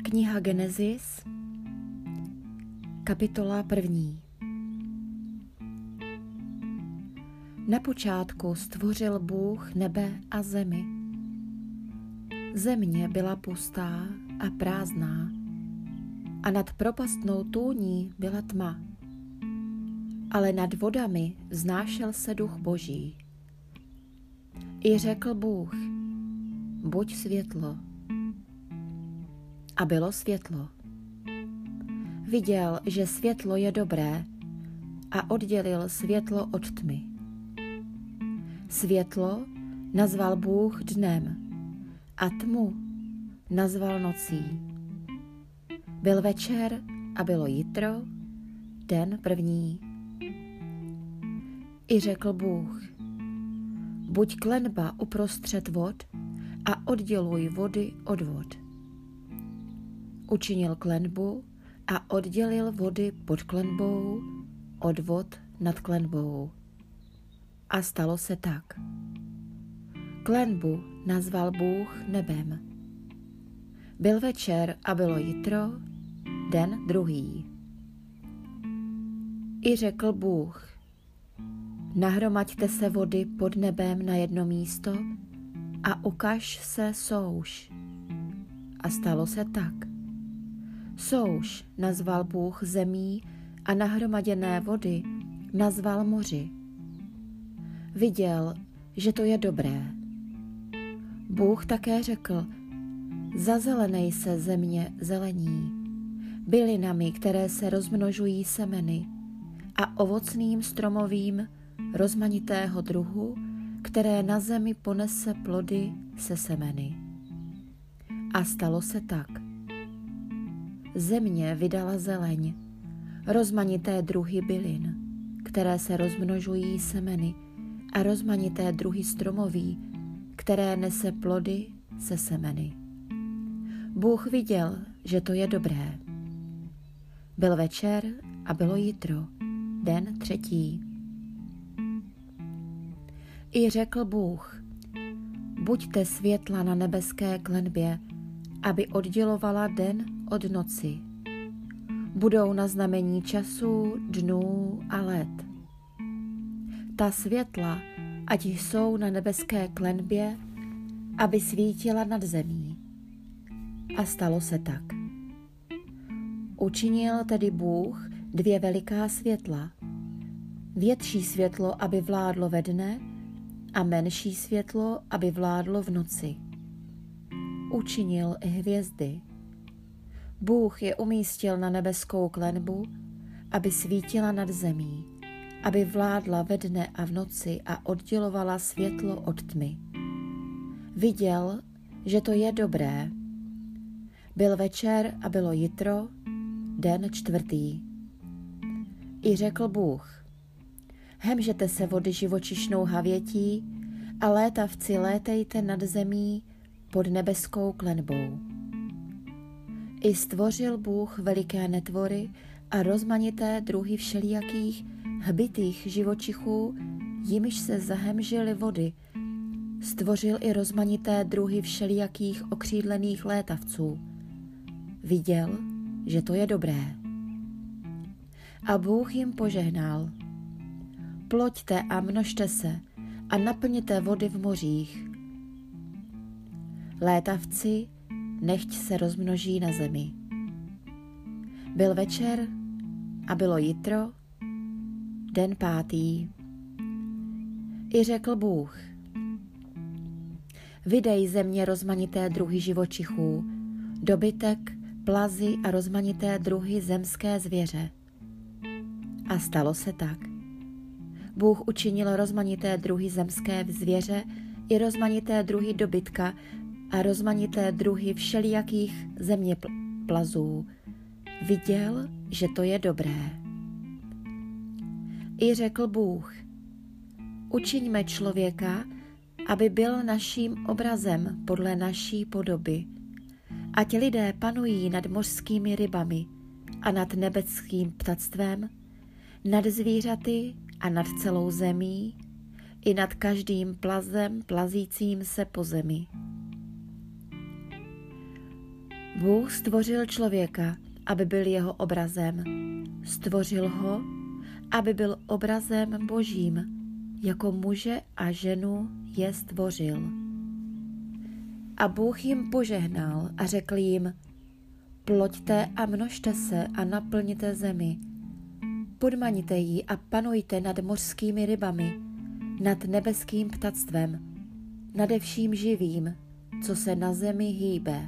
Kniha Genesis, kapitola 1. Na počátku stvořil Bůh nebe a zemi. Země byla pustá a prázdná a nad propastnou tůní byla tma. Ale nad vodami vznášel se duch Boží. I řekl Bůh, buď světlo. A bylo světlo. Viděl, že světlo je dobré a oddělil světlo od tmy. Světlo nazval Bůh dnem a tmu nazval nocí. Byl večer a bylo jitro, den první. I řekl Bůh, buď klenba uprostřed vod a odděluj vody od vod. Učinil klenbu a oddělil vody pod klenbou od vod nad klenbou. A stalo se tak. Klenbu nazval Bůh nebem. Byl večer a bylo jitro, den druhý. I řekl Bůh, nahromaďte se vody pod nebem na jedno místo a ukaž se souš. A stalo se tak. Souš nazval Bůh zemí a nahromaděné vody nazval moři. Viděl, že to je dobré. Bůh také řekl, zazelenej se země zelení, bylinami, které se rozmnožují semeny, a ovocným stromovým rozmanitého druhu, které na zemi ponese plody se semeny. A stalo se tak. Země vydala zeleň, rozmanité druhy bylin, které se rozmnožují semeny, a rozmanité druhy stromoví, které nese plody se semeny. Bůh viděl, že to je dobré. Byl večer a bylo jitro, den třetí. I řekl Bůh, buďte světla na nebeské klenbě, aby oddělovala den od noci. Budou na znamení časů, dnů a let. Ta světla, ať jsou na nebeské klenbě, aby svítila nad zemí. A stalo se tak. Učinil tedy Bůh dvě veliká světla. Větší světlo, aby vládlo ve dne, a menší světlo, aby vládlo v noci. Učinil i hvězdy. Bůh je umístil na nebeskou klenbu, aby svítila nad zemí, aby vládla ve dne a v noci a oddělovala světlo od tmy. Viděl, že to je dobré. Byl večer a bylo jitro, den čtvrtý. I řekl Bůh, hemžete se vody živočišnou havětí a létavci létejte nad zemí pod nebeskou klenbou. I stvořil Bůh veliké netvory a rozmanité druhy všelijakých hbitých živočichů, jimiž se zahemžily vody. Stvořil i rozmanité druhy všelijakých okřídlených létavců. Viděl, že to je dobré. A Bůh jim požehnal. Ploďte a množte se a naplňte vody v mořích. Létavci nechť se rozmnoží na zemi. Byl večer a bylo jitro, den pátý. I řekl Bůh, vydej země rozmanité druhy živočichů, dobytek, plazy a rozmanité druhy zemské zvěře. A stalo se tak. Bůh učinil rozmanité druhy zemské zvěře i rozmanité druhy dobytka a rozmanité druhy všelijakých zeměplazů. Viděl, že to je dobré. I řekl Bůh, učiňme člověka, aby byl naším obrazem podle naší podoby. Ať lidé panují nad mořskými rybami a nad nebeským ptactvem, nad zvířaty a nad celou zemí, i nad každým plazem plazícím se po zemi. Bůh stvořil člověka, aby byl jeho obrazem. Stvořil ho, aby byl obrazem Božím, jako muže a ženu je stvořil. A Bůh jim požehnal a řekl jim: ploďte a množte se a naplňte zemi. Podmaňte ji a panujte nad mořskými rybami, nad nebeským ptactvem, nade vším živým, co se na zemi hýbe.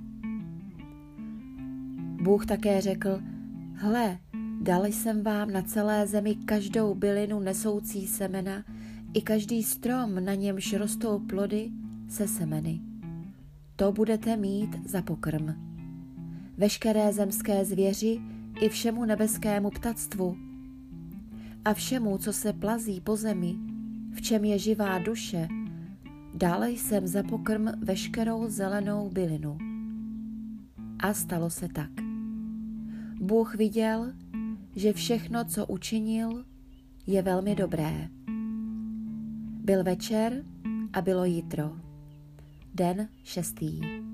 Bůh také řekl: hle, dal jsem vám na celé zemi každou bylinu nesoucí semena i každý strom, na němž rostou plody se semeny. To budete mít za pokrm. Veškeré zemské zvěři i všemu nebeskému ptactvu a všemu, co se plazí po zemi, v čem je živá duše, dále jsem za pokrm veškerou zelenou bylinu. A stalo se tak. Bůh viděl, že všechno, co učinil, je velmi dobré. Byl večer a bylo jitro, den 6.